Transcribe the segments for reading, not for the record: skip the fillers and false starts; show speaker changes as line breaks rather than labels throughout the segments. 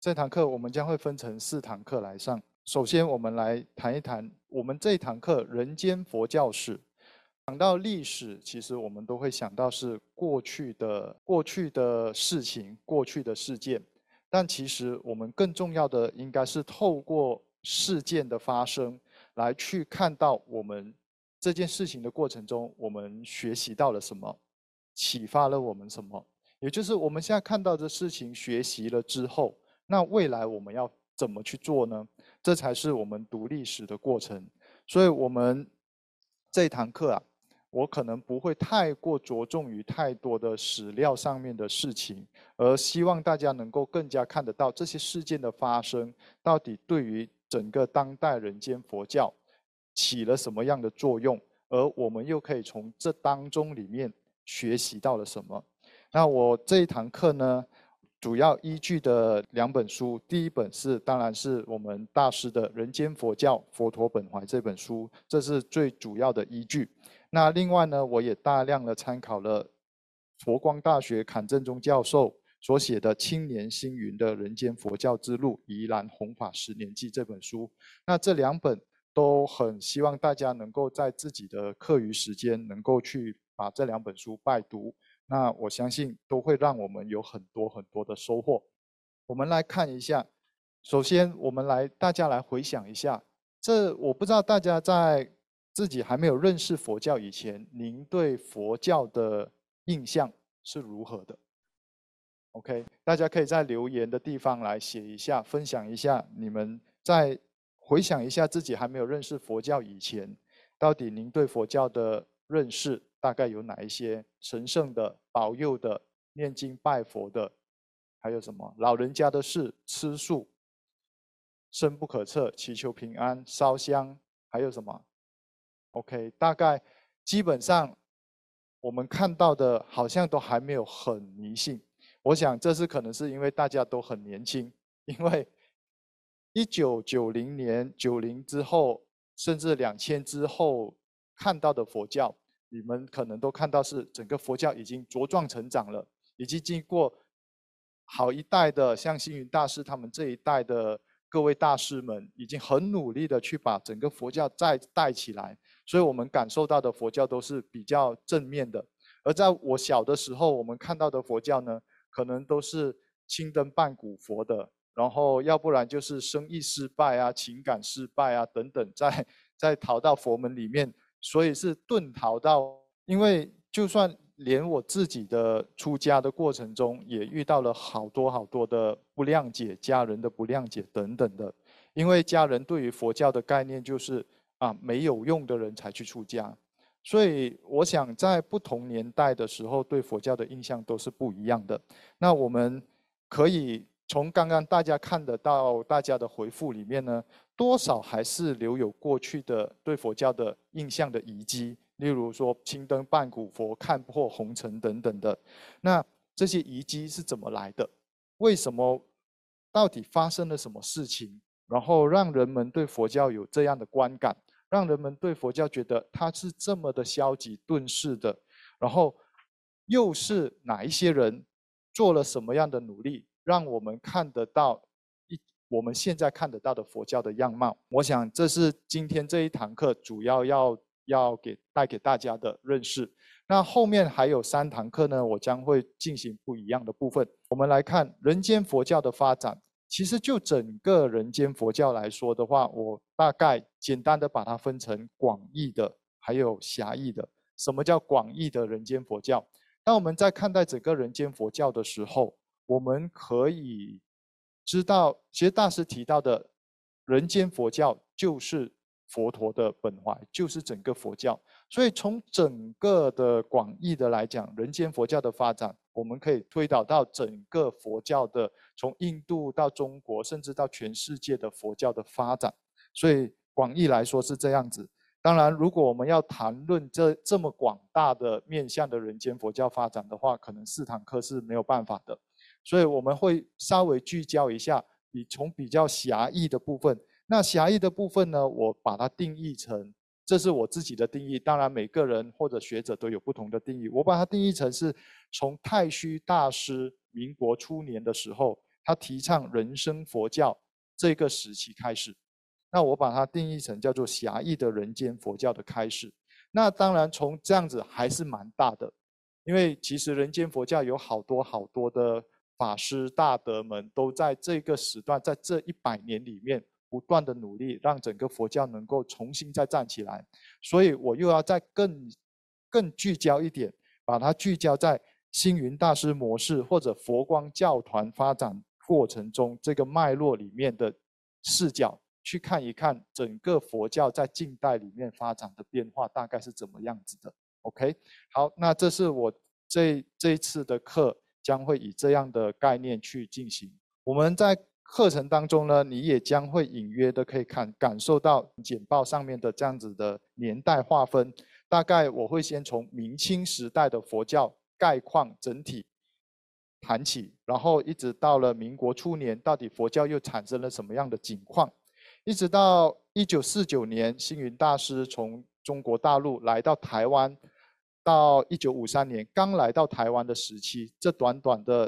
这堂课我们将会分成4堂课来上。首先，我们来谈一谈我们这一堂课人间佛教史。讲到历史，其实我们都会想到是过去的事情、过去的事件，但其实我们更重要的应该是透过事件的发生，来去看到我们这件事情的过程中，我们学习到了什么，启发了我们什么。也就是我们现在看到的事情，学习了之后，那未来我们要怎么去做呢？这才是我们读历史的过程。所以，我们这一堂课啊，我可能不会太过着重于太多的史料上面的事情，而希望大家能够更加看得到这些事件的发生，到底对于整个当代人间佛教起了什么样的作用，而我们又可以从这当中里面学习到了什么。那我这一堂课呢，主要依据的2本书，第一本当然是我们大师的《人间佛教佛陀本怀》这本书，这是最主要的依据。那另外呢，我也大量的参考了佛光大学阚正宗教授所写的青年星云的人间佛教之路宜兰弘法10年记这本书。那这2本都很希望大家能够在自己的课余时间能够去把这2本书拜读。那我相信都会让我们有很多的收获。我们来看一下，首先我们大家来回想一下，我不知道大家在自己还没有认识佛教以前，您对佛教的印象是如何的 ？OK， 大家可以在留言的地方来写一下，分享一下你们在回想一下自己还没有认识佛教以前，到底您对佛教的认识大概有哪一些神圣的、保佑的、念经拜佛的，还有什么老人家的事、吃素、深不可测、祈求平安、烧香，还有什么 ？OK， 大概基本上我们看到的好像都还没有很迷信。我想这可能是因为大家都很年轻，因为1990年、90之后，甚至2000之后看到的佛教，你们可能都看到是整个佛教已经茁壮成长了，已经经过好一代的像星云大师他们这一代的各位大师们，已经很努力的去把整个佛教再带起来，所以我们感受到的佛教都是比较正面的。而在我小的时候，我们看到的佛教呢，可能都是青灯半古佛的，然后要不然就是生意失败啊、情感失败啊等等，再逃到佛门里面，所以是遁逃到。因为就算连我自己的出家的过程中，也遇到了好多的不谅解，家人的不谅解等等的。因为家人对于佛教的概念就是没有用的人才去出家。所以我想在不同年代的时候，对佛教的印象都是不一样的。那我们可以从刚刚大家看得到大家的回复里面呢，多少还是留有过去的对佛教的印象的遗迹，例如说青灯半古佛、看破红尘等等的。那这些遗迹是怎么来的？为什么？到底发生了什么事情？然后让人们对佛教有这样的观感？让人们对佛教觉得它是这么的消极遁世的，然后又是哪一些人做了什么样的努力，让我们看得到我们现在看得到的佛教的样貌？我想这是今天这一堂课主要要带给大家的认识。那后面还有3堂课呢，我将会进行不一样的部分。我们来看人间佛教的发展。其实就整个人间佛教来说的话，我大概简单的把它分成广义的，还有狭义的。什么叫广义的人间佛教？当我们在看待整个人间佛教的时候，我们可以知道，其实大师提到的人间佛教就是佛陀的本怀，就是整个佛教。所以从整个的广义的来讲，人间佛教的发展，我们可以推导到整个佛教的，从印度到中国，甚至到全世界的佛教的发展。所以广义来说是这样子。当然，如果我们要谈论这么广大的面向的人间佛教发展的话，可能4堂课是没有办法的。所以我们会稍微聚焦一下，从比较狭义的部分。那狭义的部分呢，我把它定义成，这是我自己的定义，当然每个人或者学者都有不同的定义。我把它定义成是从太虚大师民国初年的时候他提倡人生佛教这个时期开始。那我把它定义成叫做狭义的人间佛教的开始。那当然从这样子还是蛮大的，因为其实人间佛教有好多的法师大德们都在这个时段，在这100年里面不断的努力，让整个佛教能够重新再站起来。所以我又要再更聚焦一点，把它聚焦在星云大师模式或者佛光教团发展过程中这个脉络里面的视角，去看一看整个佛教在近代里面发展的变化大概是怎么样子的。OK， 好，那这是我这一次的课将会以这样的概念去进行。我们在课程当中呢，你也将会隐约的可以感受到简报上面的这样子的年代划分。大概我会先从明清时代的佛教概况整体谈起，然后一直到了民国初年，到底佛教又产生了什么样的景况？一直到1949年，星云大师从中国大陆来到台湾，到1953年刚来到台湾的时期，这短短的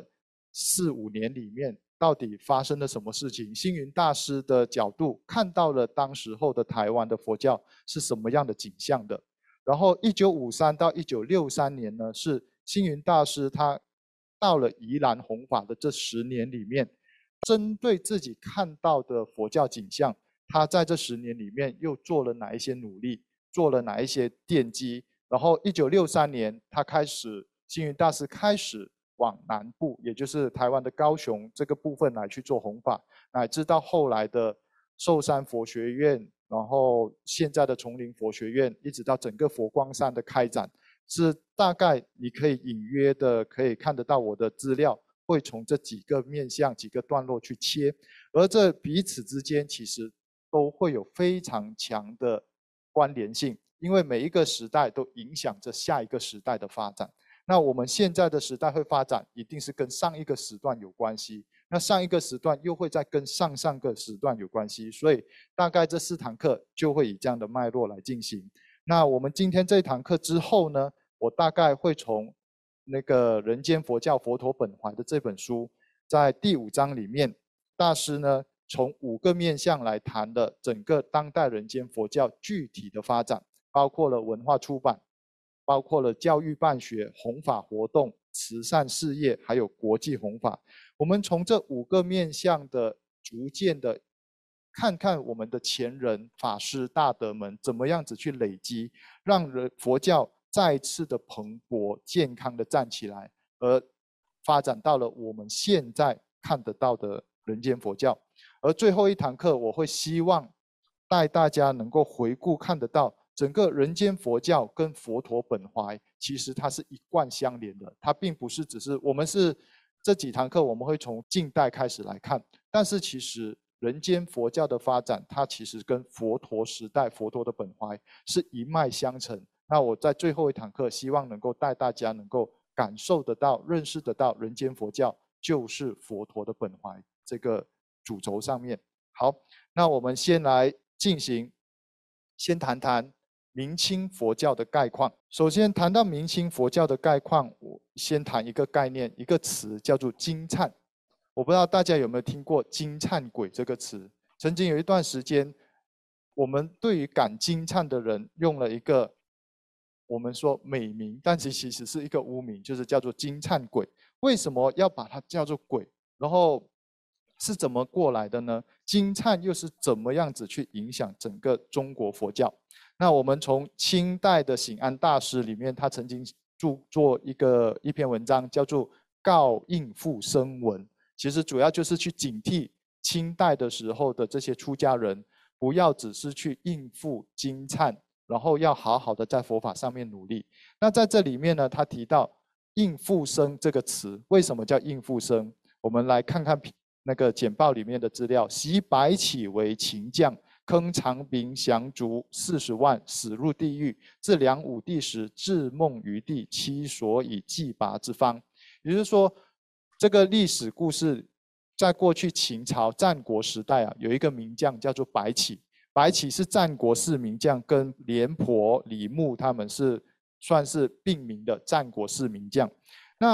4、5年里面，到底发生了什么事情？星云大师的角度看到了当时候的台湾的佛教是什么样的景象的？然后1953到1963年呢，是星云大师他到了宜兰弘法的这10年里面，针对自己看到的佛教景象，他在这10年里面又做了哪一些努力，做了哪一些奠基？然后1963年，星云大师开始往南部，也就是台湾的高雄这个部分来去做弘法，乃至到后来的寿山佛学院，然后现在的丛林佛学院，一直到整个佛光山的开展，是大概你可以隐约的可以看得到我的资料会从这几个面向、几个段落去切，而这彼此之间其实都会有非常强的关联性，因为每一个时代都影响着下一个时代的发展。那我们现在的时代会发展，一定是跟上一个时段有关系。那上一个时段又会再跟上个时段有关系，所以大概这4堂课就会以这样的脉络来进行。那我们今天这一堂课之后呢，我大概会从那个《人间佛教佛陀本怀》的这本书，在第5章里面，大师呢从5个面向来谈的整个当代人间佛教具体的发展，包括了文化出版，包括了教育办学、弘法活动、慈善事业，还有国际弘法。我们从这5个面向的逐渐的看看我们的前人法师大德们怎么样子去累积，让佛教再次的蓬勃健康的站起来，而发展到了我们现在看得到的人间佛教。而最后一堂课，我会希望带大家能够回顾看得到整个人间佛教跟佛陀本怀，其实它是一贯相连的，它并不是只是我们是这几堂课我们会从近代开始来看，但是其实人间佛教的发展，它其实跟佛陀时代佛陀的本怀是一脉相承。那我在最后一堂课，希望能够带大家能够感受得到、认识得到人间佛教就是佛陀的本怀这个主轴上面。好，那我们先来进行，先谈谈明清佛教的概况。首先谈到明清佛教的概况，我先谈一个概念，一个词叫做金忏。我不知道大家有没有听过金忏鬼这个词？曾经有一段时间，我们对于赶金忏的人用了一个我们说美名，但其实是一个污名，就是叫做金忏鬼。为什么要把它叫做鬼？然后是怎么过来的呢？金忏又是怎么样子去影响整个中国佛教？那我们从清代的醒安大师里面，他曾经著作一篇文章，叫做《告应复生文》，其实主要就是去警惕清代的时候的这些出家人，不要只是去应付金忏，然后要好好的在佛法上面努力。那在这里面呢，他提到应复生这个词，为什么叫应复生？我们来看看那个简报里面的资料：习白起为秦将，坑长平降卒40万，死入地狱。至梁武帝时，至梦于地，其所以济拔之方。也就是说，这个历史故事，在过去秦朝战国时代啊，有一个名将叫做白起。白起是战国4名将，跟廉颇、李牧他们是算是并名的战国4名将。那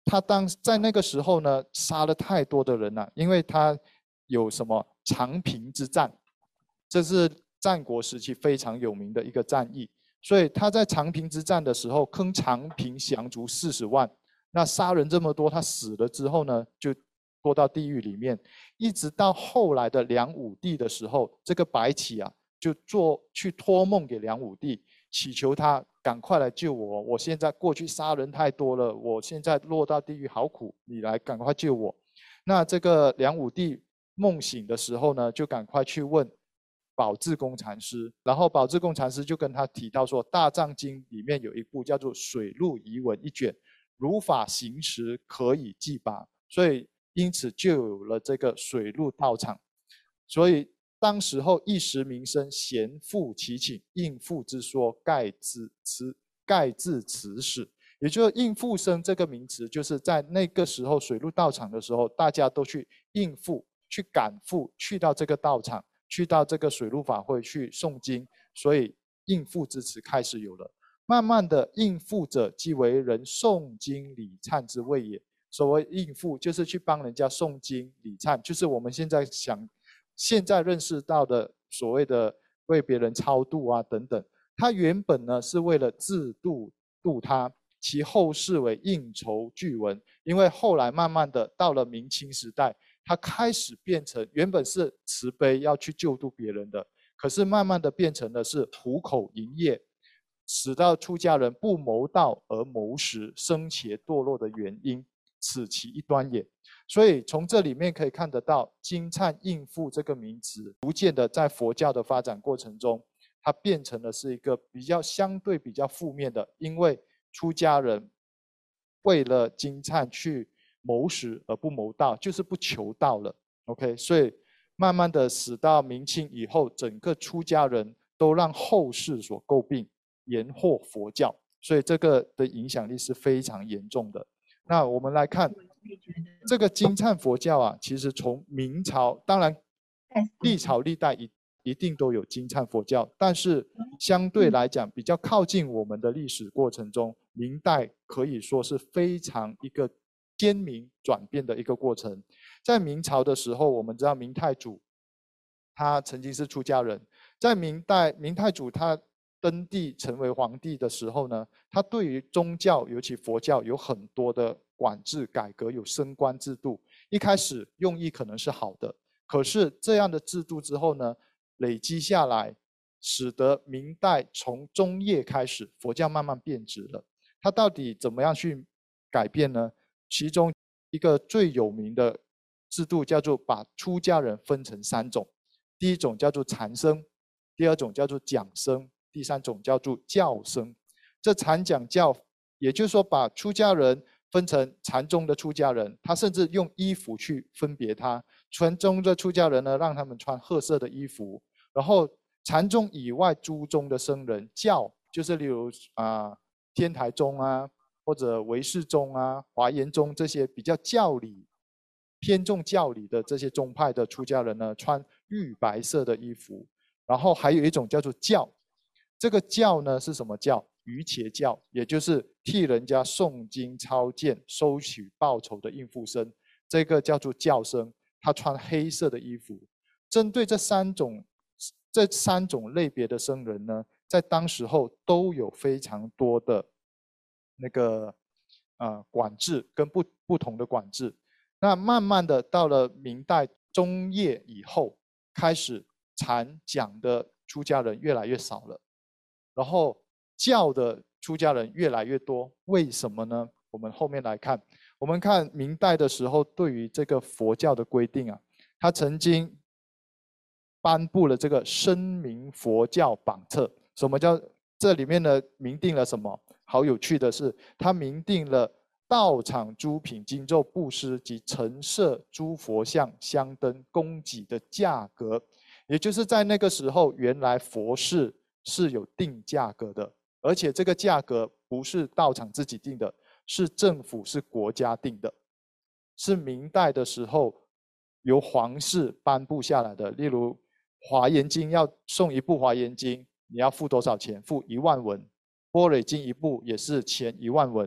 他在那个时候呢，杀了太多的人了，因为他有什么长平之战，这是战国时期非常有名的一个战役。所以他在长平之战的时候，坑长平降卒40万，那杀人这么多，他死了之后呢，就拖到地狱里面。一直到后来的梁武帝的时候，这个白起啊，就去托梦给梁武帝，祈求他赶快来救我，我现在过去杀人太多了，我现在落到地狱好苦，你来赶快救我。那这个梁武帝梦醒的时候呢，就赶快去问宝志公禅师，然后宝志公禅师就跟他提到说，《大藏经》里面有一部叫做《水陆遗文》一卷，如法行持，可以济拔，所以因此就有了这个水陆道场。所以当时候一时名声，贤复其请，应付之说，盖自此始。也就是应付生这个名词，就是在那个时候水陆道场的时候，大家都去应付、去赶赴，去到这个道场，去到这个水陆法会去诵经，所以应付之词开始有了。慢慢的，应付者即为人诵经礼忏之谓也。所谓应付，就是去帮人家诵经礼忏，就是我们现在认识到的所谓的为别人超度啊等等。它原本呢是为了自度他，其后世为应酬具文。因为后来慢慢的到了明清时代，它开始变成原本是慈悲要去救度别人的，可是慢慢的变成的是糊口营业，使到出家人不谋道而谋食，生邪堕落的原因，此其一端也。所以从这里面可以看得到，经忏应付这个名词，逐渐的在佛教的发展过程中，它变成了是一个相对比较负面的，因为出家人为了经忏去谋食而不谋道，就是不求道了。OK， 所以慢慢的使到明清以后，整个出家人都让后世所诟病，言惑佛教，所以这个的影响力是非常严重的。那我们来看这个经忏佛教啊，其实从明朝，当然历朝历代一定都有经忏佛教，但是相对来讲比较靠近我们的历史过程中，明代可以说是非常一个鲜明转变的一个过程。在明朝的时候，我们知道明太祖他曾经是出家人，在明太祖他登帝成为皇帝的时候呢，他对于宗教，尤其佛教有很多的管制改革，有升官制度。一开始用意可能是好的，可是这样的制度之后呢，累积下来，使得明代从中叶开始，佛教慢慢变质了。它到底怎么样去改变呢？其中一个最有名的制度叫做把出家人分成3种，第一种叫做禅僧，第二种叫做讲僧，第三种叫做教僧。这禅讲教，也就是说把出家人分成禅宗的出家人，他甚至用衣服去分别他。禅宗的出家人呢，让他们穿褐色的衣服，然后禅宗以外诸宗的僧人，教就是例如天台宗啊，或者唯识宗啊、华严宗这些比较偏重教理的这些宗派的出家人呢，穿玉白色的衣服。然后还有一种叫做教，这个教呢是什么教？瑜伽教，也就是替人家诵经抄荐、收取报酬的应付生，这个叫做教僧，他穿黑色的衣服。针对这三种类别的僧人呢，在当时候都有非常多的那个管制跟不同的管制。那慢慢的到了明代中叶以后，开始禅讲的出家人越来越少了，然后教的出家人越来越多。为什么呢？我们后面来看。我们看明代的时候，对于这个佛教的规定啊，他曾经颁布了这个声明佛教榜册。什么叫这里面呢？明定了什么？好有趣的是，他明定了道场诸品经咒布施及陈设诸佛像香灯供给的价格。也就是在那个时候，原来佛事是有定价格的，而且这个价格不是道场自己定的，是政府是国家定的，是明代的时候由皇室颁布下来的。例如华严经要送一部华严经，你要付多少钱？付1万文。般若经一部也是钱1万文。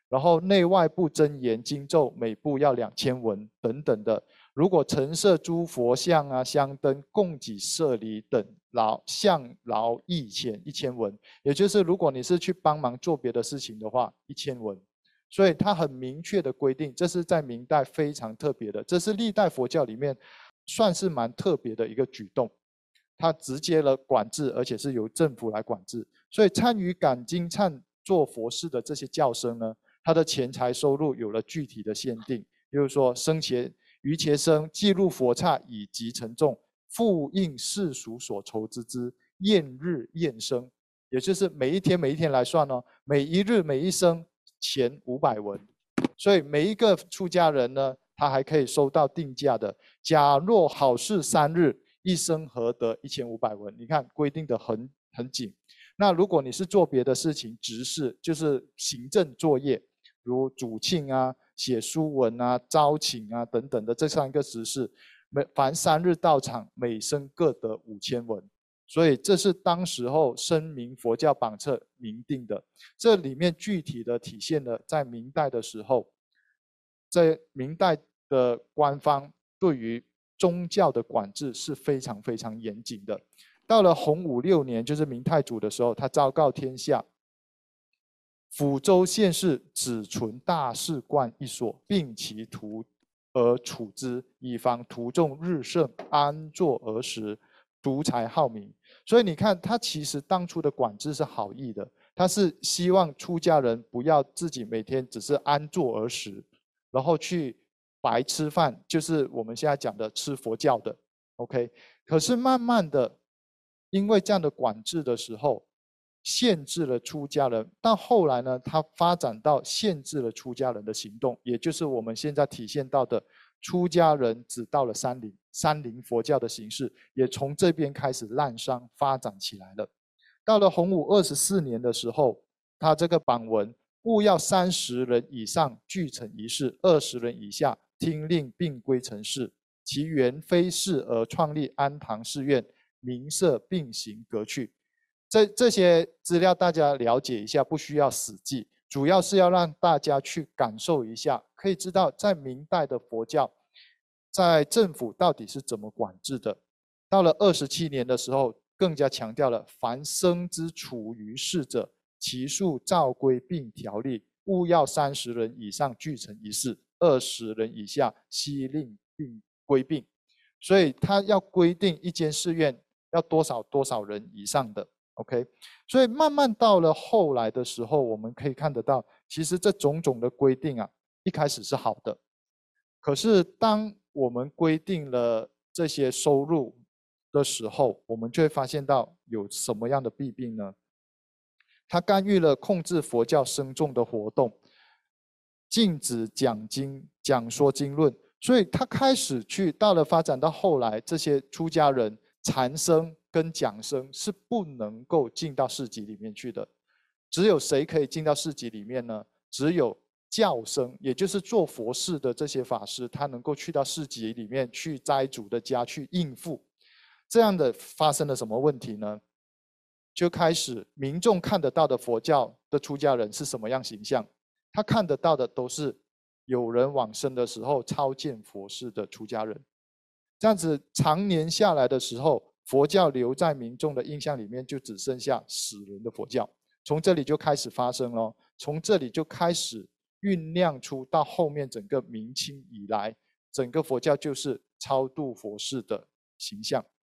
然后内外部真言经咒每部要2000文等等的。如果陈设诸佛像啊、香灯、供给舍利等相劳役钱1000文，也就是如果你是去帮忙做别的事情的话，1000文。所以它很明确的规定，这是在明代非常特别的，这是历代佛教里面算是蛮特别的一个举动。它直接了管制，而且是由政府来管制。所以参与赶经忏做佛事的这些教僧呢，他的钱财收入有了具体的限定，比如说生前于切生记录佛刹以及承重，复应世俗所筹之资，验日验生，也就是每一天每一天来算哦，每一日每一生钱500文，所以每一个出家人呢，他还可以收到定价的。假若好事3日，一生何得1500文？你看规定的很紧。那如果你是做别的事情，执事就是行政作业，如主庆啊、写书文啊、招请啊等等的这3个执事，凡3日到场，每生各得5000文。所以这是当时候声明佛教榜册明定的。这里面具体的体现了在明代的时候，在明代的官方对于宗教的管制是非常非常严谨的。到了洪武6年，就是明太祖的时候，他昭告天下，抚州县市只存大士观一所，并其徒而处之，以防徒众日盛，安坐而食，独裁好名。所以你看，他其实当初的管制是好意的，他是希望出家人不要自己每天只是安坐而食，然后去白吃饭，就是我们现在讲的吃佛教的 ，OK。可是慢慢的，因为这样的管制的时候，限制了出家人，到后来呢，它发展到限制了出家人的行动，也就是我们现在体现到的出家人只到了山林佛教的形式，也从这边开始滥觞发展起来了。到了洪武24年的时候，他这个榜文，务要30人以上俱成一事，20人以下听令并归成事。其原非事而创立安堂寺院，名色并行革去。这些资料大家了解一下，不需要死记，主要是要让大家去感受一下，可以知道在明代的佛教，在政府到底是怎么管制的。到了27年的时候，更加强调了凡僧之处于世者，其数照规并条例，务要30人以上俱成一事，20人以下悉令并归并。所以他要规定一间寺院要多少人以上的。OK， 所以慢慢到了后来的时候，我们可以看得到，其实这种种的规定啊，一开始是好的。可是当我们规定了这些收入的时候，我们就会发现到有什么样的弊病呢？它干预了控制佛教僧众的活动，禁止讲经、讲说经论，所以他开始到了发展到后来，这些出家人、禅僧跟讲僧是不能够进到市集里面去的。只有谁可以进到市集里面呢？只有教僧，也就是做佛事的这些法师，他能够去到市集里面去斋主的家去应付。这样的发生了什么问题呢？就开始民众看得到的佛教的出家人是什么样形象？他看得到的都是有人往生的时候超见佛事的出家人。这样子常年下来的时候，佛教留在民众的印象里面就只剩下死人的佛教。从这里就开始发生了，从这里就开始酝酿出到后面整个明清以来，整个佛教就是超度佛事的形象。